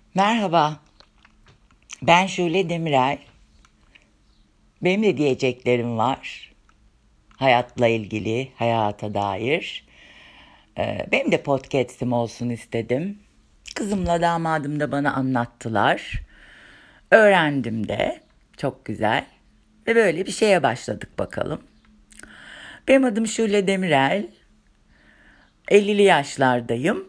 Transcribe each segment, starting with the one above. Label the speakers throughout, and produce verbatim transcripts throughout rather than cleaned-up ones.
Speaker 1: Merhaba, ben Şule Demirel. Benim de diyeceklerim var. Hayatla ilgili, hayata dair. Ee, benim de podcast'im olsun istedim. Kızımla damadım da bana anlattılar. Öğrendim de. Çok güzel. Ve böyle bir şeye başladık bakalım. Benim adım Şule Demirel. ellili yaşlardayım.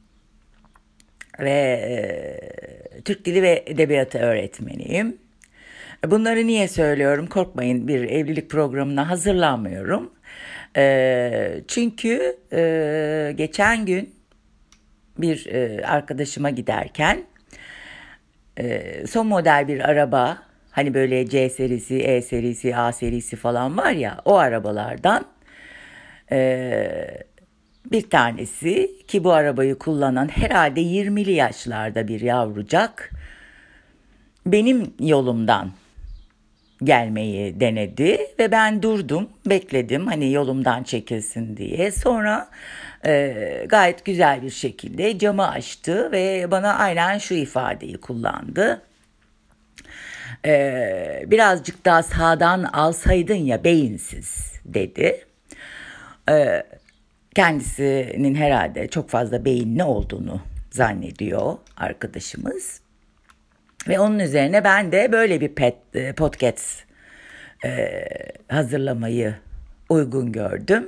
Speaker 1: Ve e, Türk Dili ve Edebiyatı öğretmeniyim. Bunları niye söylüyorum? Korkmayın, bir evlilik programına hazırlanmıyorum. E, çünkü e, geçen gün bir e, arkadaşıma giderken e, son model bir araba, hani böyle C serisi, E serisi, A serisi falan var ya, o arabalardan e, bir tanesi, ki bu arabayı kullanan herhalde yirmili yaşlarda bir yavrucak, benim yolumdan gelmeyi denedi ve ben durdum, bekledim hani yolumdan çekilsin diye. Sonra e, gayet güzel bir şekilde camı açtı ve bana aynen şu ifadeyi kullandı. E, birazcık daha sağdan alsaydın ya beyinsiz, dedi. E, Kendisinin herhalde çok fazla beyinli olduğunu zannediyor arkadaşımız. Ve onun üzerine ben de böyle bir pet, podcast e, hazırlamayı uygun gördüm.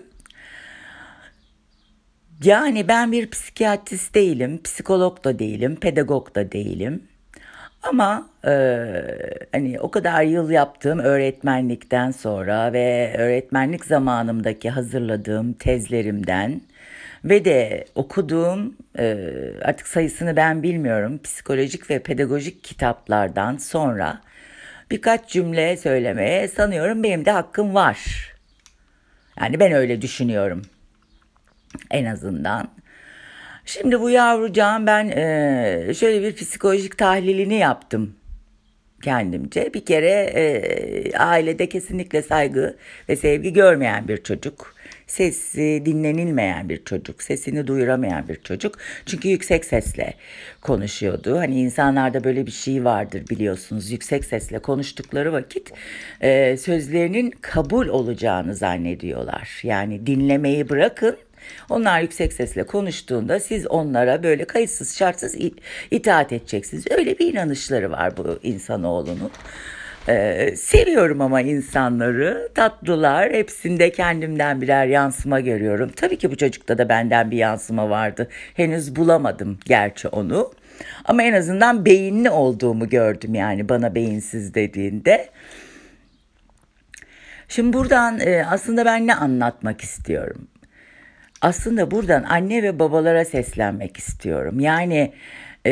Speaker 1: Yani ben bir psikiyatrist değilim, psikolog da değilim, pedagog da değilim. Ama e, hani o kadar yıl yaptığım öğretmenlikten sonra ve öğretmenlik zamanımdaki hazırladığım tezlerimden ve de okuduğum, e, artık sayısını ben bilmiyorum, psikolojik ve pedagojik kitaplardan sonra birkaç cümle söylemeye sanıyorum benim de hakkım var. Yani ben öyle düşünüyorum en azından. Şimdi bu yavrucağın ben e, şöyle bir psikolojik tahlilini yaptım kendimce. Bir kere e, ailede kesinlikle saygı ve sevgi görmeyen bir çocuk. Sesi dinlenilmeyen bir çocuk, sesini duyuramayan bir çocuk. Çünkü yüksek sesle konuşuyordu. Hani insanlarda böyle bir şey vardır biliyorsunuz. Yüksek sesle konuştukları vakit e, sözlerinin kabul olacağını zannediyorlar. Yani dinlemeyi bırakın. Onlar yüksek sesle konuştuğunda siz onlara böyle kayıtsız şartsız itaat edeceksiniz. Öyle bir inanışları var bu insanoğlunun. Ee, seviyorum ama insanları, tatlılar, hepsinde kendimden birer yansıma görüyorum. Tabii ki bu çocukta da benden bir yansıma vardı. Henüz bulamadım gerçi onu. Ama en azından beyinli olduğumu gördüm, yani bana beyinsiz dediğinde. Şimdi buradan e, aslında ben ne anlatmak istiyorum? Aslında buradan anne ve babalara seslenmek istiyorum. Yani e,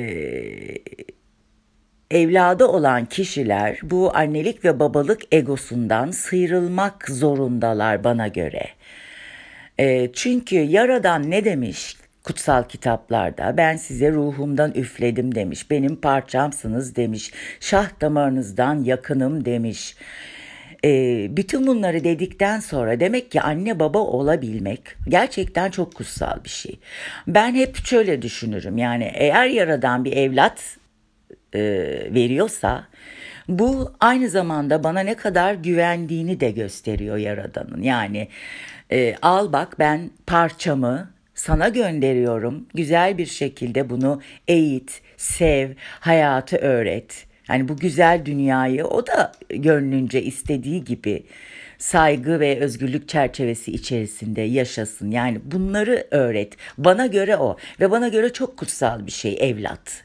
Speaker 1: evladı olan kişiler bu annelik ve babalık egosundan sıyrılmak zorundalar bana göre. E, çünkü Yaradan ne demiş kutsal kitaplarda? Ben size ruhumdan üfledim demiş. Benim parçamsınız demiş. Şah damarınızdan yakınım demiş. E, bütün bunları dedikten sonra demek ki anne baba olabilmek gerçekten çok kutsal bir şey. Ben hep şöyle düşünürüm, yani eğer Yaradan bir evlat e, veriyorsa bu aynı zamanda bana ne kadar güvendiğini de gösteriyor Yaradan'ın. Yani e, al bak, ben parçamı sana gönderiyorum. Güzel bir şekilde bunu eğit, sev, hayatı öğret. Yani bu güzel dünyayı o da gönlünce istediği gibi saygı ve özgürlük çerçevesi içerisinde yaşasın. Yani bunları öğret. Bana göre o ve bana göre çok kutsal bir şey evlat.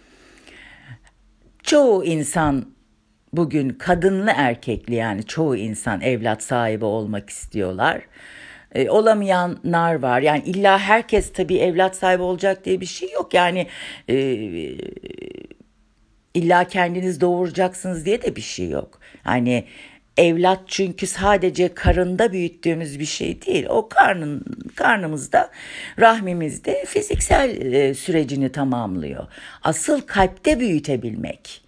Speaker 1: Çoğu insan bugün, kadınlı erkekli, yani çoğu insan evlat sahibi olmak istiyorlar. E, olamayanlar var. Yani illa herkes tabii evlat sahibi olacak diye bir şey yok. Yani e, illa kendiniz doğuracaksınız diye de bir şey yok. Hani evlat çünkü sadece karında büyüttüğümüz bir şey değil. O karnın karnımızda, rahmimizde fiziksel e, sürecini tamamlıyor. Asıl kalpte büyütebilmek.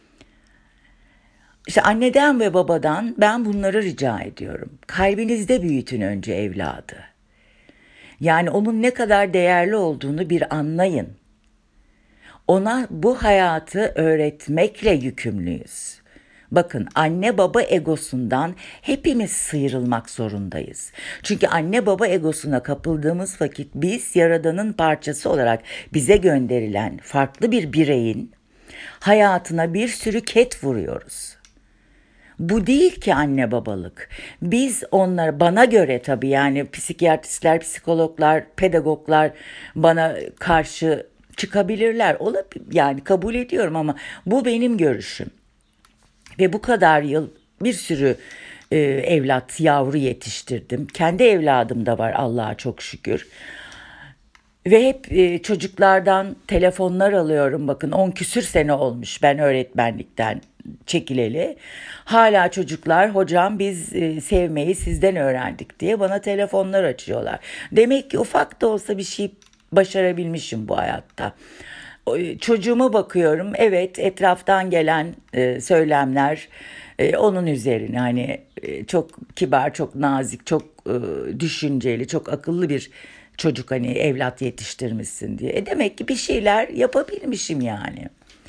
Speaker 1: İşte anneden ve babadan ben bunları rica ediyorum. Kalbinizde büyütün önce evladı. Yani onun ne kadar değerli olduğunu bir anlayın. Ona bu hayatı öğretmekle yükümlüyüz. Bakın, anne baba egosundan hepimiz sıyrılmak zorundayız. Çünkü anne baba egosuna kapıldığımız vakit biz Yaradan'ın parçası olarak bize gönderilen farklı bir bireyin hayatına bir sürü ket vuruyoruz. Bu değil ki anne babalık. Biz onlara, bana göre tabii, yani psikiyatristler, psikologlar, pedagoglar bana karşı çıkabilirler. Olabilir, yani kabul ediyorum, ama bu benim görüşüm. Ve bu kadar yıl bir sürü e, evlat, yavru yetiştirdim. Kendi evladım da var, Allah'a çok şükür. Ve hep e, çocuklardan telefonlar alıyorum. Bakın, on küsür sene olmuş ben öğretmenlikten çekileli. Hala çocuklar, hocam biz e, sevmeyi sizden öğrendik diye bana telefonlar açıyorlar. Demek ki ufak da olsa bir şey başarabilmişim bu hayatta. Çocuğuma bakıyorum, evet, etraftan gelen e, söylemler e, onun üzerine, hani e, çok kibar, çok nazik, çok e, düşünceli, çok akıllı bir çocuk, hani evlat yetiştirmişsin diye. E demek ki bir şeyler yapabilmişim yani.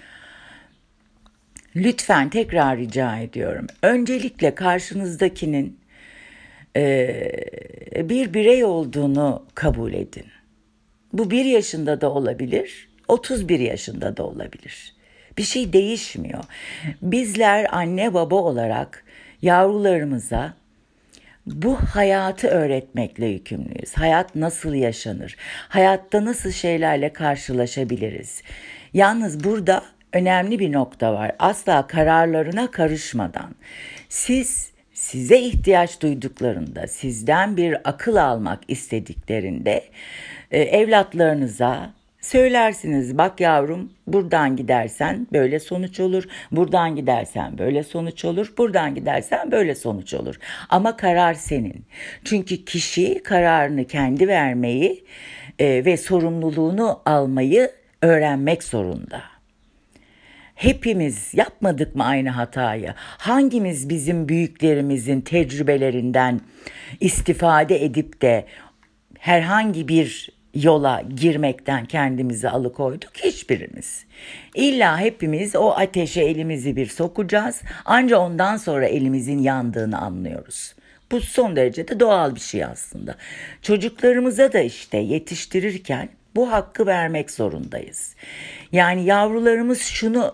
Speaker 1: Lütfen, tekrar rica ediyorum. Öncelikle karşınızdakinin e, bir birey olduğunu kabul edin. Bu bir yaşında da olabilir, otuz bir yaşında da olabilir. Bir şey değişmiyor. Bizler anne baba olarak yavrularımıza bu hayatı öğretmekle yükümlüyüz. Hayat nasıl yaşanır? Hayatta nasıl şeylerle karşılaşabiliriz? Yalnız burada önemli bir nokta var. Asla kararlarına karışmadan, siz size ihtiyaç duyduklarında, sizden bir akıl almak istediklerinde e, evlatlarınıza söylersiniz. Bak yavrum, buradan gidersen böyle sonuç olur. Buradan gidersen böyle sonuç olur. Buradan gidersen böyle sonuç olur. Ama karar senin. Çünkü kişi kararını kendi vermeyi e, ve sorumluluğunu almayı öğrenmek zorunda. Hepimiz yapmadık mı aynı hatayı? Hangimiz bizim büyüklerimizin tecrübelerinden istifade edip de herhangi bir yola girmekten kendimizi alıkoyduk? Hiçbirimiz. İlla hepimiz o ateşe elimizi bir sokacağız. Ancak ondan sonra elimizin yandığını anlıyoruz. Bu son derece de doğal bir şey aslında. Çocuklarımıza da işte yetiştirirken bu hakkı vermek zorundayız. Yani yavrularımız şunu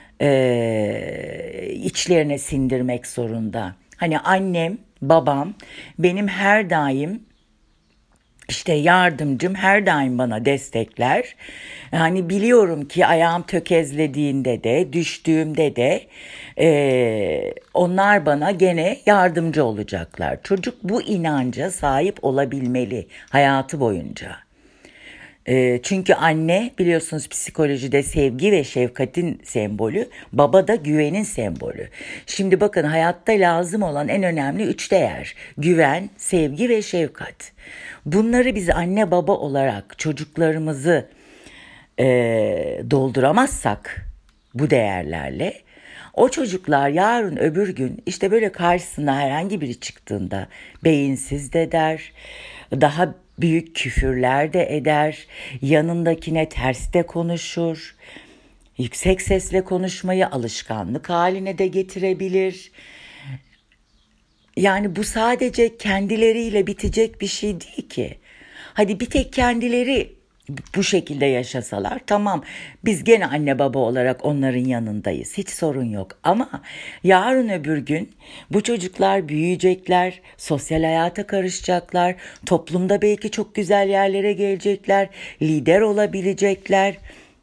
Speaker 1: e, içlerine sindirmek zorunda. Hani annem, babam benim her daim işte yardımcım, her daim bana destekler. Yani biliyorum ki ayağım tökezlediğinde de, düştüğümde de e, onlar bana gene yardımcı olacaklar. Çocuk bu inanca sahip olabilmeli hayatı boyunca. E, çünkü anne, biliyorsunuz, psikolojide sevgi ve şefkatin sembolü, baba da güvenin sembolü. Şimdi bakın, hayatta lazım olan en önemli üç değer: güven, sevgi ve şefkat. Bunları biz anne baba olarak çocuklarımızı e, dolduramazsak bu değerlerle, o çocuklar yarın öbür gün işte böyle karşısına herhangi biri çıktığında beyinsiz de der, daha büyük küfürler de eder, yanındakine ters de konuşur, yüksek sesle konuşmayı alışkanlık haline de getirebilir. Yani bu sadece kendileriyle bitecek bir şey değil ki. Hadi bir tek kendileri bu şekilde yaşasalar, tamam, biz gene anne baba olarak onların yanındayız, hiç sorun yok. Ama yarın öbür gün bu çocuklar büyüyecekler, sosyal hayata karışacaklar, toplumda belki çok güzel yerlere gelecekler, lider olabilecekler.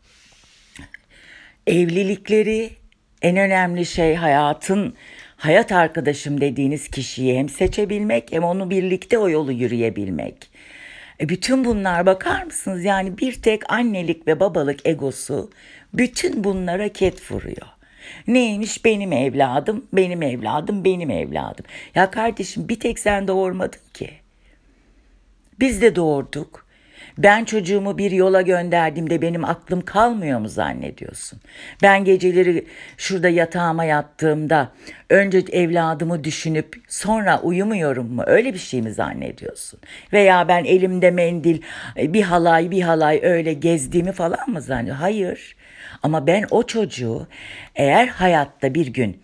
Speaker 1: Evlilikleri, en önemli şey, hayatın hayat arkadaşım dediğiniz kişiyi hem seçebilmek hem onu birlikte o yolu yürüyebilmek. E bütün bunlar, bakar mısınız, yani bir tek annelik ve babalık egosu bütün bunlara ket vuruyor. Neymiş? Benim evladım, benim evladım, benim evladım. Ya kardeşim, bir tek sen doğurmadın ki. Biz de doğurduk. Ben çocuğumu bir yola gönderdiğimde benim aklım kalmıyor mu zannediyorsun? Ben geceleri şurada yatağıma yattığımda önce evladımı düşünüp sonra uyumuyorum mu? Öyle bir şey mi zannediyorsun? Veya ben elimde mendil bir halay bir halay öyle gezdiğimi falan mı zannediyorsun? Hayır. Ama ben o çocuğu eğer hayatta bir gün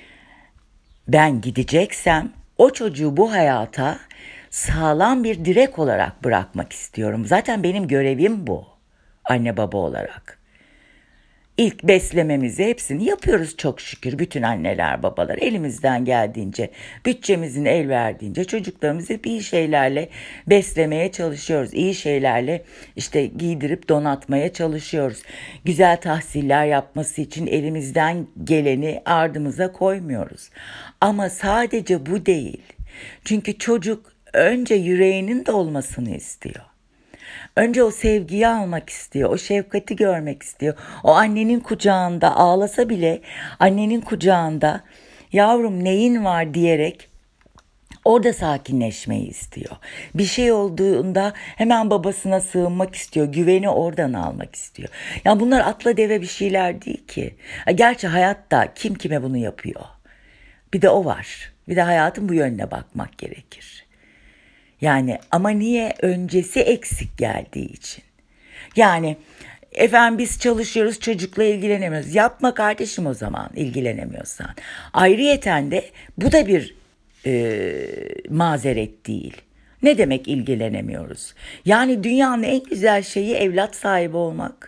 Speaker 1: ben gideceksem o çocuğu bu hayata sağlam bir direk olarak bırakmak istiyorum. Zaten benim görevim bu anne baba olarak. İlk beslememizi hepsini yapıyoruz çok şükür. Bütün anneler babalar elimizden geldiğince, bütçemizin el verdiğince çocuklarımızı iyi şeylerle beslemeye çalışıyoruz. İyi şeylerle işte giydirip donatmaya çalışıyoruz. Güzel tahsiller yapması için elimizden geleni ardımıza koymuyoruz. Ama sadece bu değil. Çünkü çocuk önce yüreğinin de olmasını istiyor. Önce o sevgiyi almak istiyor, o şefkati görmek istiyor. O annenin kucağında ağlasa bile annenin kucağında yavrum neyin var diyerek orada sakinleşmeyi istiyor. Bir şey olduğunda hemen babasına sığınmak istiyor, güveni oradan almak istiyor. Yani bunlar atla deve bir şeyler değil ki. Gerçi hayatta kim kime bunu yapıyor? Bir de o var. Bir de hayatın bu yönüne bakmak gerekir. Yani ama niye? Öncesi eksik geldiği için. Yani efendim biz çalışıyoruz çocukla ilgilenemiyoruz. Yapma kardeşim o zaman ilgilenemiyorsan. Ayrıyeten de bu da bir e, mazeret değil. Ne demek ilgilenemiyoruz? Yani dünyanın en güzel şeyi evlat sahibi olmak.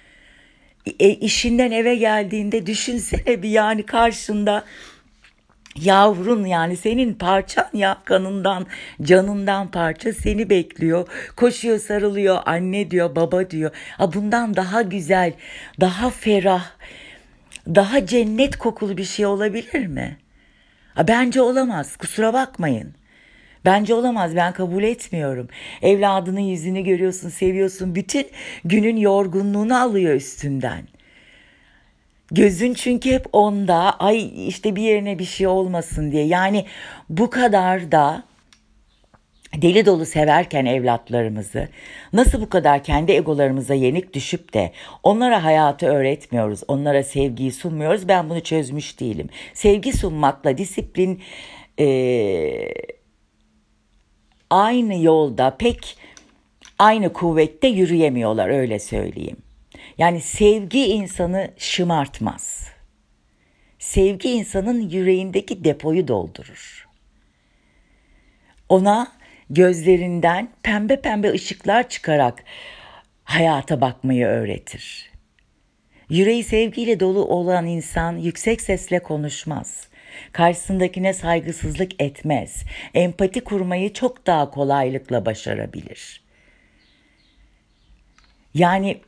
Speaker 1: E, işinden eve geldiğinde düşünsene bir yani karşında yavrun yani senin parçan ya kanından canından parça seni bekliyor. Koşuyor sarılıyor anne diyor baba diyor. Ha bundan daha güzel daha ferah daha cennet kokulu bir şey olabilir mi? Ha, bence olamaz kusura bakmayın. Bence olamaz ben kabul etmiyorum. Evladının yüzünü görüyorsun seviyorsun bütün günün yorgunluğunu alıyor üstünden. Gözün çünkü hep onda. Ay işte bir yerine bir şey olmasın diye. Yani bu kadar da deli dolu severken evlatlarımızı nasıl bu kadar kendi egolarımıza yenik düşüp de onlara hayatı öğretmiyoruz, onlara sevgiyi sunmuyoruz. Ben bunu çözmüş değilim. Sevgi sunmakla disiplin eee, aynı yolda pek aynı kuvvette yürüyemiyorlar öyle söyleyeyim. Yani sevgi insanı şımartmaz. Sevgi insanın yüreğindeki depoyu doldurur. Ona gözlerinden pembe pembe ışıklar çıkarak hayata bakmayı öğretir. Yüreği sevgiyle dolu olan insan yüksek sesle konuşmaz. Karşısındakine saygısızlık etmez. Empati kurmayı çok daha kolaylıkla başarabilir. Yani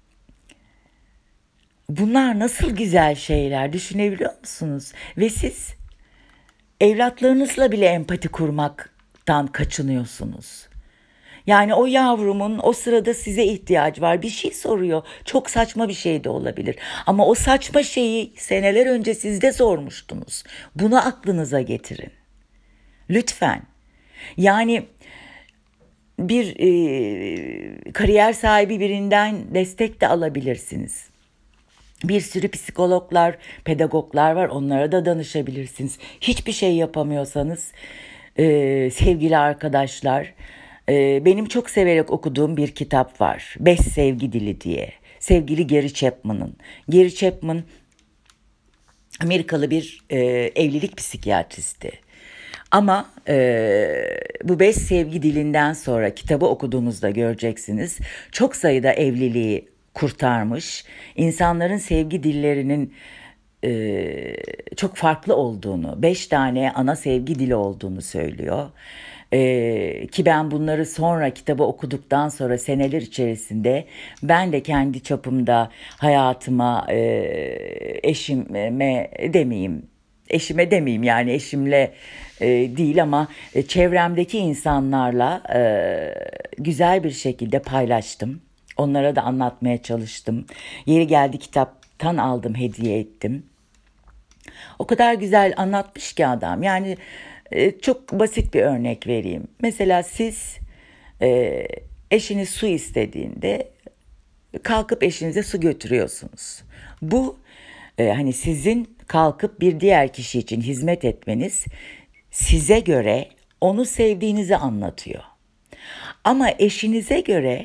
Speaker 1: bunlar nasıl güzel şeyler düşünebiliyor musunuz? Ve siz evlatlarınızla bile empati kurmaktan kaçınıyorsunuz. Yani o yavrumun o sırada size ihtiyacı var. Bir şey soruyor. Çok saçma bir şey de olabilir. Ama o saçma şeyi seneler önce siz de sormuştunuz. Bunu aklınıza getirin. Lütfen. Yani bir e, kariyer sahibi birinden destek de alabilirsiniz. Bir sürü psikologlar, pedagoglar var. Onlara da danışabilirsiniz. Hiçbir şey yapamıyorsanız e, sevgili arkadaşlar, e, benim çok severek okuduğum bir kitap var. Beş Sevgi Dili diye. Sevgili Gary Chapman'ın. Gary Chapman Amerikalı bir e, evlilik psikiyatristi. Ama e, bu beş sevgi dilinden sonra kitabı okuduğunuzda göreceksiniz. Çok sayıda evliliği kurtarmış, insanların sevgi dillerinin e, çok farklı olduğunu, beş tane ana sevgi dili olduğunu söylüyor. E, ki ben bunları sonra kitabı okuduktan sonra seneler içerisinde ben de kendi çapımda hayatıma, e, eşime demeyeyim, eşime demeyeyim yani eşimle e, değil ama e, çevremdeki insanlarla e, güzel bir şekilde paylaştım. Onlara da anlatmaya çalıştım. Yeri geldi kitaptan aldım, hediye ettim. O kadar güzel anlatmış ki adam. Yani e, çok basit bir örnek vereyim. Mesela siz e, Eşiniz su istediğinde kalkıp eşinize su götürüyorsunuz. Bu e, hani sizin kalkıp bir diğer kişi için hizmet etmeniz size göre onu sevdiğinizi anlatıyor. Ama eşinize göre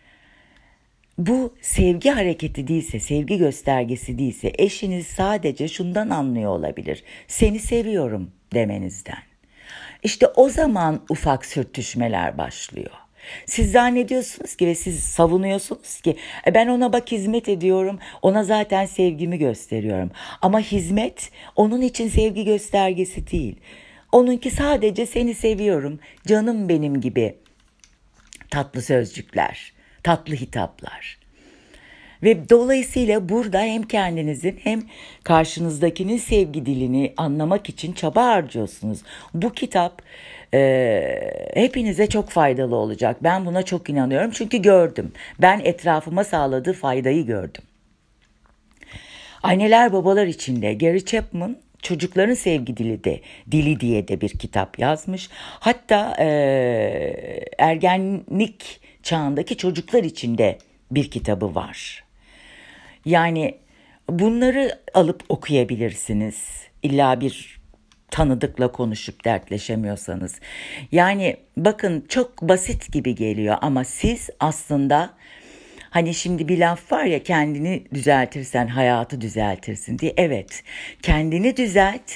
Speaker 1: bu sevgi hareketi değilse, sevgi göstergesi değilse eşiniz sadece şundan anlıyor olabilir. Seni seviyorum demenizden. İşte o zaman ufak sürtüşmeler başlıyor. Siz zannediyorsunuz ki ve siz savunuyorsunuz ki e ben ona bak hizmet ediyorum, ona zaten sevgimi gösteriyorum. Ama hizmet onun için sevgi göstergesi değil. Onunki sadece seni seviyorum, canım benim gibi tatlı sözcükler, tatlı hitaplar. Ve dolayısıyla burada hem kendinizin hem karşınızdakinin sevgi dilini anlamak için çaba harcıyorsunuz. Bu kitap e, hepinize çok faydalı olacak. Ben buna çok inanıyorum çünkü gördüm. Ben etrafıma sağladığı faydayı gördüm. Anneler babalar içinde Gary Chapman çocukların sevgi dili de dili diye de bir kitap yazmış. Hatta e, ergenlik çağındaki çocuklar içinde bir kitabı var. Yani bunları alıp okuyabilirsiniz. İlla bir tanıdıkla konuşup dertleşemiyorsanız. Yani bakın çok basit gibi geliyor ama siz aslında hani şimdi bir laf var ya kendini düzeltirsen hayatı düzeltirsin diye. Evet, kendini düzelt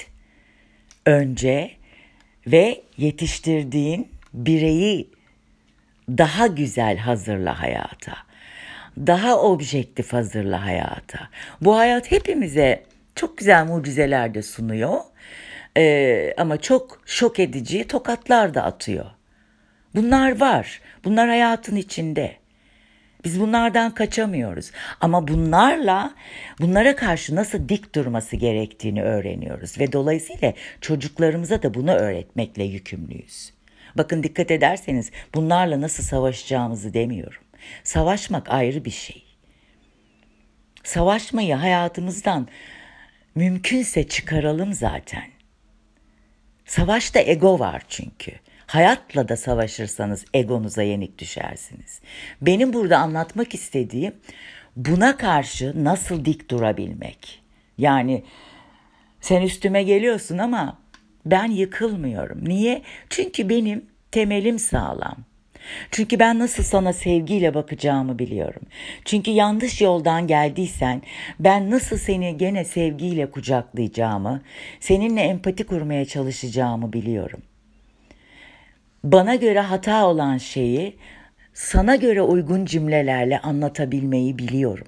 Speaker 1: önce ve yetiştirdiğin bireyi daha güzel hazırla hayata. Daha objektif hazırla hayata. Bu hayat hepimize çok güzel mucizeler de sunuyor. Ee, ama çok şok edici tokatlar da atıyor. Bunlar var. Bunlar hayatın içinde. Biz bunlardan kaçamıyoruz. Ama bunlarla, bunlara karşı nasıl dik durması gerektiğini öğreniyoruz. Ve dolayısıyla çocuklarımıza da bunu öğretmekle yükümlüyüz. Bakın dikkat ederseniz bunlarla nasıl savaşacağımızı demiyorum. Savaşmak ayrı bir şey. Savaşmayı hayatımızdan mümkünse çıkaralım zaten. Savaşta ego var çünkü. Hayatla da savaşırsanız egonuza yenik düşersiniz. Benim burada anlatmak istediğim buna karşı nasıl dik durabilmek. Yani sen üstüme geliyorsun ama ben yıkılmıyorum. Niye? Çünkü benim temelim sağlam. Çünkü ben nasıl sana sevgiyle bakacağımı biliyorum. Çünkü yanlış yoldan geldiysen ben nasıl seni gene sevgiyle kucaklayacağımı, seninle empati kurmaya çalışacağımı biliyorum. Bana göre hata olan şeyi sana göre uygun cümlelerle anlatabilmeyi biliyorum.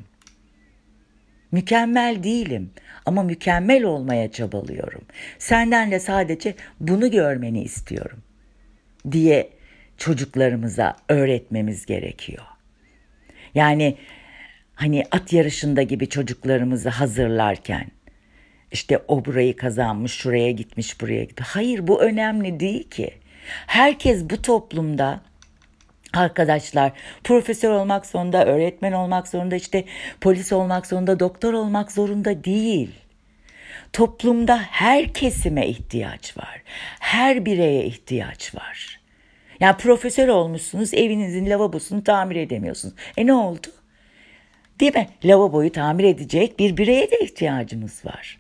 Speaker 1: Mükemmel değilim ama mükemmel olmaya çabalıyorum. Senden de sadece bunu görmeni istiyorum diye çocuklarımıza öğretmemiz gerekiyor. Yani hani at yarışında gibi çocuklarımızı hazırlarken işte o burayı kazanmış, şuraya gitmiş, buraya gitmiş. Hayır, bu önemli değil ki. Herkes bu toplumda arkadaşlar profesör olmak zorunda, öğretmen olmak zorunda, işte polis olmak zorunda, doktor olmak zorunda değil. Toplumda her kesime ihtiyaç var. Her bireye ihtiyaç var. Yani profesör olmuşsunuz, evinizin lavabosunu tamir edemiyorsunuz. E ne oldu? Değil mi? Lavaboyu tamir edecek bir bireye de ihtiyacımız var.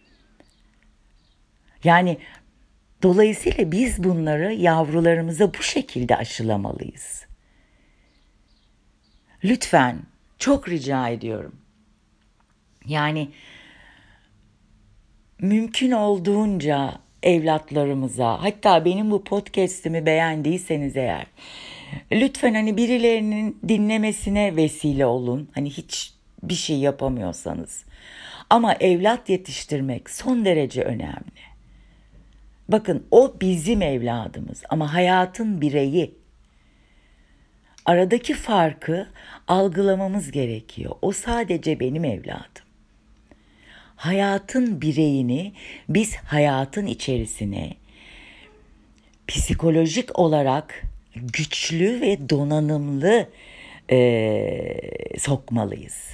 Speaker 1: Yani dolayısıyla biz bunları yavrularımıza bu şekilde aşılamalıyız. Lütfen, çok rica ediyorum. Yani mümkün olduğunca evlatlarımıza, hatta benim bu podcast'imi beğendiyseniz eğer, lütfen hani birilerinin dinlemesine vesile olun. Hani hiç bir şey yapamıyorsanız. Ama evlat yetiştirmek son derece önemli. Bakın o bizim evladımız ama hayatın bireyi. Aradaki farkı algılamamız gerekiyor. O sadece benim evladım. Hayatın bireyini biz hayatın içerisine psikolojik olarak güçlü ve donanımlı e, sokmalıyız.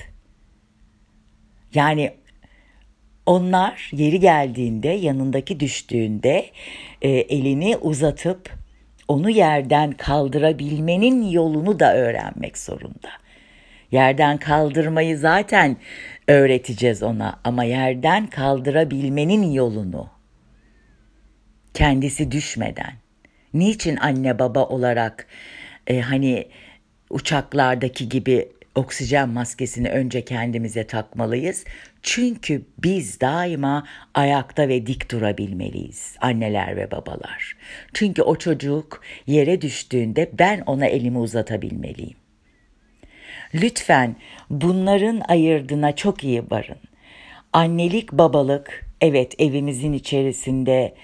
Speaker 1: Yani onlar yeri geldiğinde, yanındaki düştüğünde e, elini uzatıp onu yerden kaldırabilmenin yolunu da öğrenmek zorunda. Yerden kaldırmayı zaten öğreteceğiz ona ama yerden kaldırabilmenin yolunu, kendisi düşmeden. Niçin anne baba olarak e, hani uçaklardaki gibi oksijen maskesini önce kendimize takmalıyız? Çünkü biz daima ayakta ve dik durabilmeliyiz, anneler ve babalar. Çünkü o çocuk yere düştüğünde ben ona elimi uzatabilmeliyim. Lütfen bunların ayırdına çok iyi varın. Annelik, babalık, evet evimizin içerisinde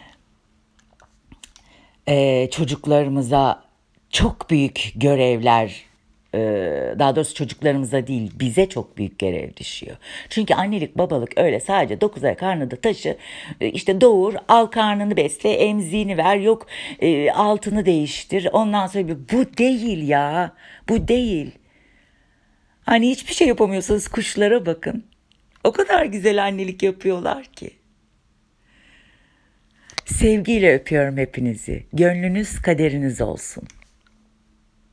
Speaker 1: e, çocuklarımıza çok büyük görevler, e, daha doğrusu çocuklarımıza değil bize çok büyük görev düşüyor. Çünkü annelik babalık öyle sadece dokuz ay karnında taşı, e, işte doğur, al karnını besle, emziğini ver, yok e, altını değiştir. Ondan sonra bu değil ya, bu değil. Hani hiçbir şey yapamıyorsanız kuşlara bakın. O kadar güzel annelik yapıyorlar ki. Sevgiyle öpüyorum hepinizi. Gönlünüz kaderiniz olsun.